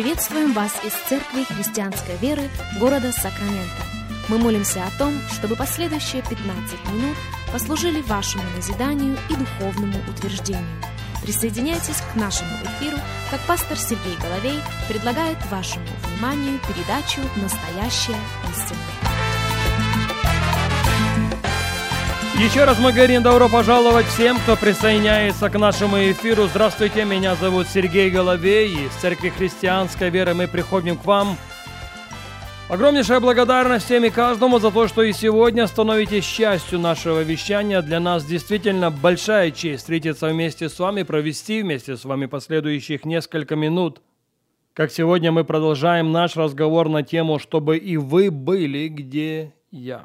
Приветствуем вас из Церкви Христианской Веры города Сакраменто. Мы молимся о том, чтобы последующие 15 минут послужили вашему назиданию и духовному утверждению. Присоединяйтесь к нашему эфиру, как пастор Сергей Головей предлагает вашему вниманию передачу «Настоящая истина». Еще раз мы говорим добро пожаловать всем, кто присоединяется к нашему эфиру. Здравствуйте, меня зовут Сергей Головей, и из Церкви Христианской Веры мы приходим к вам. Огромнейшая благодарность всем и каждому за то, что и сегодня становитесь частью нашего вещания. Для нас действительно большая честь встретиться вместе с вами, провести вместе с вами последующих несколько минут. Как сегодня мы продолжаем наш разговор на тему «Чтобы и вы были, где я».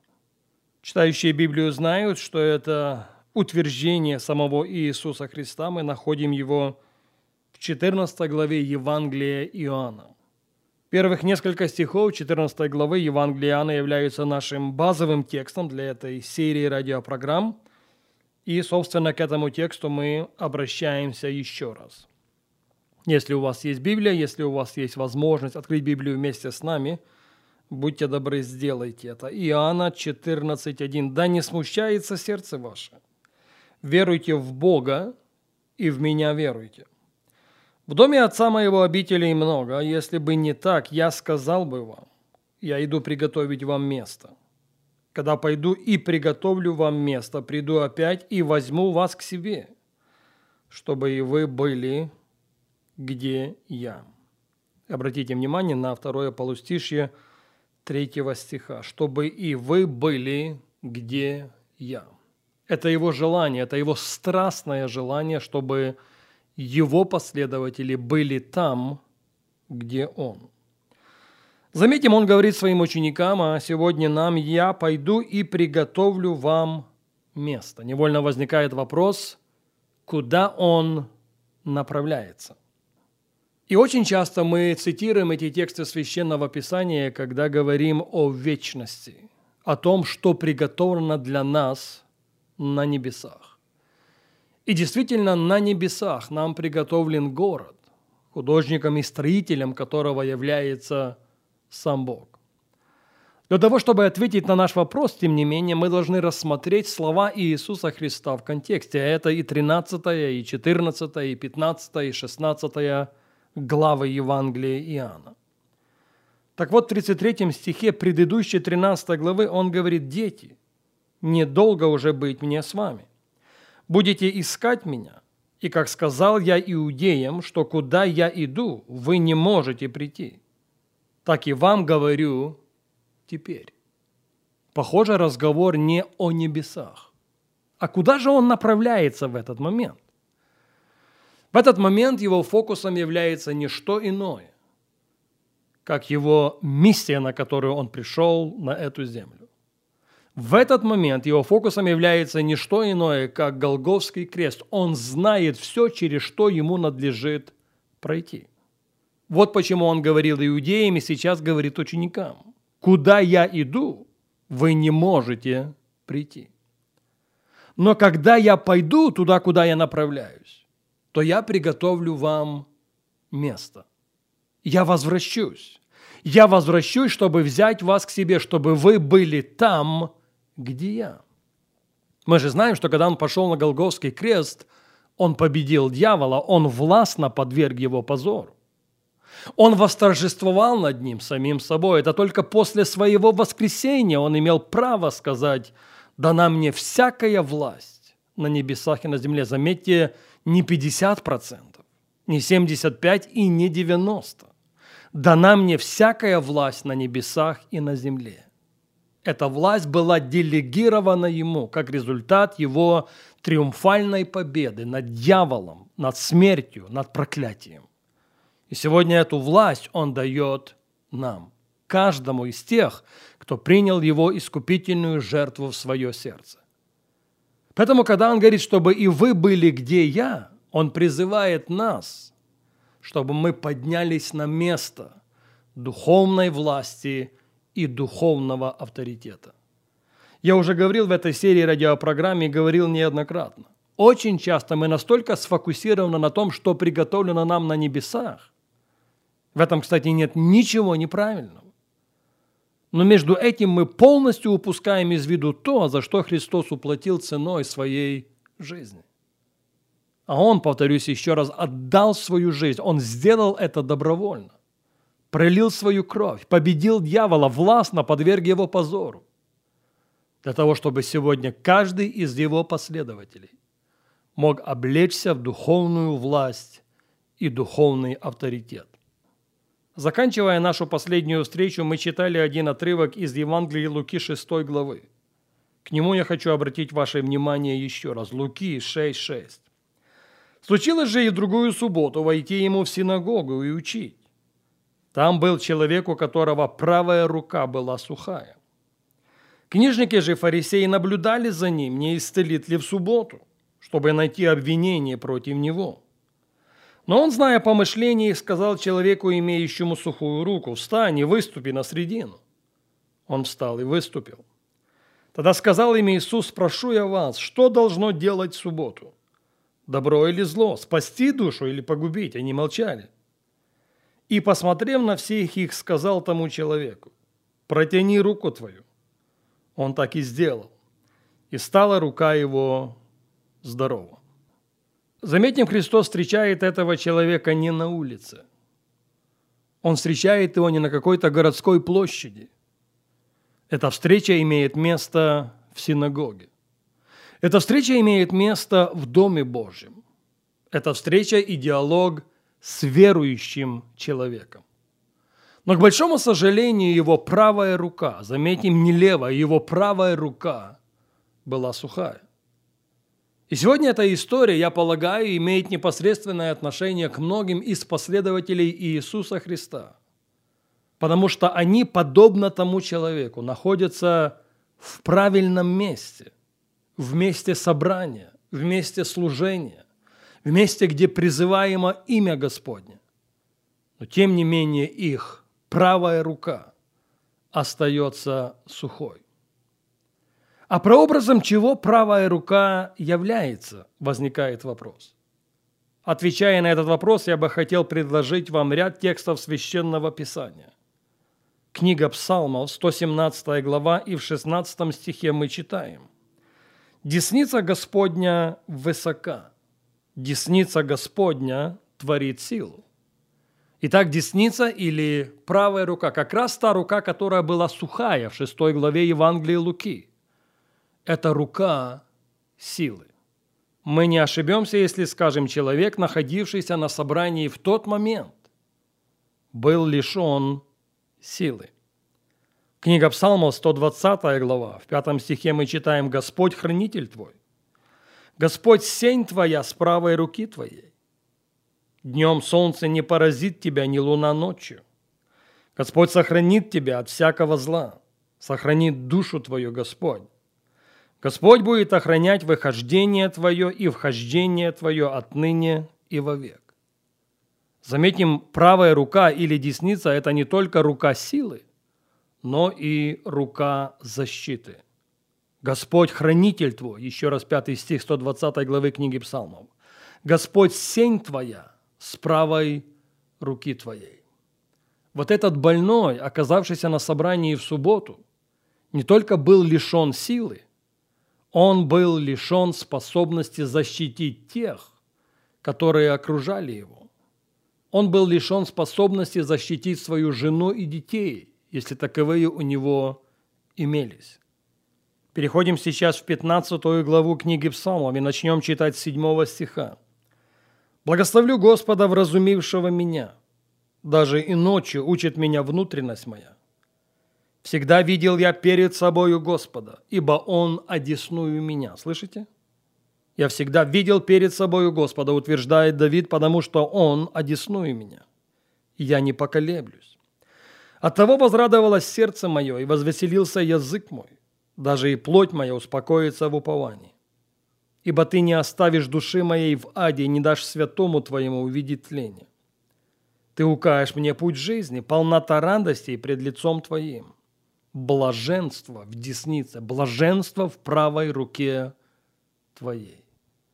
Читающие Библию знают, что это утверждение самого Иисуса Христа. Мы находим его в 14 главе Евангелия Иоанна. Первых несколько стихов 14 главы Евангелия Иоанна являются нашим базовым текстом для этой серии радиопрограмм. И, собственно, к этому тексту мы обращаемся еще раз. Если у вас есть Библия, если у вас есть возможность открыть Библию вместе с нами, будьте добры, сделайте это. Иоанна 14:1. «Да не смущается сердце ваше. Веруйте в Бога и в Меня веруйте. В доме Отца моего обителей много, а если бы не так, я сказал бы вам, я иду приготовить вам место. Когда пойду и приготовлю вам место, приду опять и возьму вас к себе, чтобы и вы были, где я». Обратите внимание на второе полустишье 3 стиха. «Чтобы и вы были, где я». Это его желание, это его страстное желание, чтобы его последователи были там, где он. Заметим, он говорит своим ученикам, а сегодня нам: «Я пойду и приготовлю вам место». Невольно возникает вопрос, куда он направляется. И очень часто мы цитируем эти тексты Священного Писания, когда говорим о вечности, о том, что приготовлено для нас на небесах. И действительно, на небесах нам приготовлен город, художником и строителем которого является сам Бог. Для того, чтобы ответить на наш вопрос, тем не менее, мы должны рассмотреть слова Иисуса Христа в контексте. Это и 13, и 14, и 15, и 16 главы Евангелия Иоанна. Так вот, в 33 стихе предыдущей 13 главы он говорит: «Дети, недолго уже быть мне с вами. Будете искать меня, и, как сказал я иудеям, что куда я иду, вы не можете прийти, так и вам говорю теперь». Похоже, разговор не о небесах. А куда же он направляется в этот момент? В этот момент его фокусом является не что иное, как его миссия, на которую он пришел на эту землю. В этот момент его фокусом является не что иное, как Голгофский крест. Он знает все, через что ему надлежит пройти. Вот почему он говорил иудеям и сейчас говорит ученикам: «Куда я иду, вы не можете прийти. Но когда я пойду туда, куда я направляюсь, то я приготовлю вам место. Я возвращусь. Я возвращусь, чтобы взять вас к себе, чтобы вы были там, где я». Мы же знаем, что когда он пошел на Голгофский крест, он победил дьявола, он властно подверг его позору. Он восторжествовал над ним самим собой. Это только после своего воскресения он имел право сказать: «Дана мне всякая власть на небесах и на земле». Заметьте, не 50%, не 75% и не 90%. «Дана мне всякая власть на небесах и на земле». Эта власть была делегирована ему как результат его триумфальной победы над дьяволом, над смертью, над проклятием. И сегодня эту власть он дает нам, каждому из тех, кто принял его искупительную жертву в свое сердце. Поэтому, когда он говорит, чтобы и вы были, где я, он призывает нас, чтобы мы поднялись на место духовной власти и духовного авторитета. Я уже говорил в этой серии радиопрограмме, говорил неоднократно. Очень часто мы настолько сфокусированы на том, что приготовлено нам на небесах, В этом, кстати, нет ничего неправильного. Но между этим мы полностью упускаем из виду то, за что Христос уплатил ценой своей жизни. А Он, повторюсь еще раз, отдал свою жизнь. Он сделал это добровольно. Пролил свою кровь, победил дьявола, властно подверг его позору. Для того, чтобы сегодня каждый из его последователей мог облечься в духовную власть и духовный авторитет. Заканчивая нашу последнюю встречу, мы читали один отрывок из Евангелия Луки 6 главы. К нему я хочу обратить ваше внимание еще раз. Луки 6:6. «Случилось же и в другую субботу войти ему в синагогу и учить. Там был человек, у которого правая рука была сухая. Книжники же фарисеи наблюдали за ним, не исцелит ли в субботу, чтобы найти обвинение против него. Но он, зная помышления, сказал человеку, имеющему сухую руку: встань и выступи на средину. Он встал и выступил. Тогда сказал им Иисус: спрошу я вас, что должно делать в субботу? Добро или зло? Спасти душу или погубить? Они молчали. И, посмотрев на всех их, сказал тому человеку: протяни руку твою. Он так и сделал. И стала рука его здорова. Заметим, Христос встречает этого человека не на улице. Он встречает его не на какой-то городской площади. Эта встреча имеет место в синагоге. Эта встреча имеет место в Доме Божьем. Эта встреча и диалог с верующим человеком. Но, к большому сожалению, его правая рука, заметим, не левая, его правая рука была сухая. И сегодня эта история, я полагаю, имеет непосредственное отношение к многим из последователей Иисуса Христа, потому что они, подобно тому человеку, находятся в правильном месте, в месте собрания, в месте служения, в месте, где призываемо имя Господне. Но, тем не менее, их правая рука остается сухой. А прообразом чего правая рука является, возникает вопрос. Отвечая на этот вопрос, я бы хотел предложить вам ряд текстов Священного Писания. Книга Псалмов, 117 глава, и в 16 стихе мы читаем: «Десница Господня высока, десница Господня творит силу». Итак, десница или правая рука, как раз та рука, которая была сухая в 6 главе Евангелия Луки. Это рука силы. Мы не ошибемся, если скажем, человек, находившийся на собрании в тот момент, был лишен силы. Книга Псалмов, 120 глава, в 5 стихе мы читаем: «Господь – хранитель твой, Господь – сень твоя с правой руки твоей. Днем солнце не поразит тебя, ни луна ночью. Господь сохранит тебя от всякого зла, сохранит душу твою Господь. Господь будет охранять выхождение твое и вхождение твое отныне и вовек». Заметим, правая рука или десница – это не только рука силы, но и рука защиты. Господь – хранитель твой, еще раз 5 стих 120 главы книги Псалмов. Господь – сень твоя с правой руки твоей. Вот этот больной, оказавшийся на собрании в субботу, не только был лишен силы, он был лишен способности защитить тех, которые окружали его. Он был лишен способности защитить свою жену и детей, если таковые у него имелись. Переходим сейчас в 15 главу книги Псалмов и начнем читать с 7 стиха. «Благословлю Господа, вразумившего меня. Даже и ночью учит меня внутренность моя. Всегда видел я перед собою Господа, ибо Он одесную меня». Слышите? «Я всегда видел перед собою Господа», утверждает Давид, потому что Он одесную меня. И я не поколеблюсь. Оттого возрадовалось сердце мое, и возвеселился язык мой. Даже и плоть моя успокоится в уповании. Ибо Ты не оставишь души моей в аде, и не дашь святому Твоему увидеть тление. Ты укажешь мне путь жизни, полнота радостей пред лицом Твоим. Блаженство в деснице, блаженство в правой руке Твоей.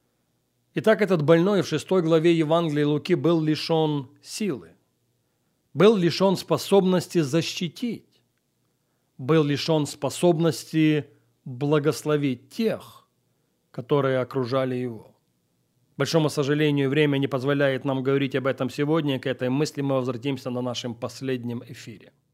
Итак, этот больной в 6 главе Евангелия Луки был лишен силы. был лишен способности защитить, был лишен способности благословить тех, которые окружали его. К большому сожалению, время не позволяет нам говорить об этом сегодня. К этой мысли мы возвратимся на нашем последнем эфире.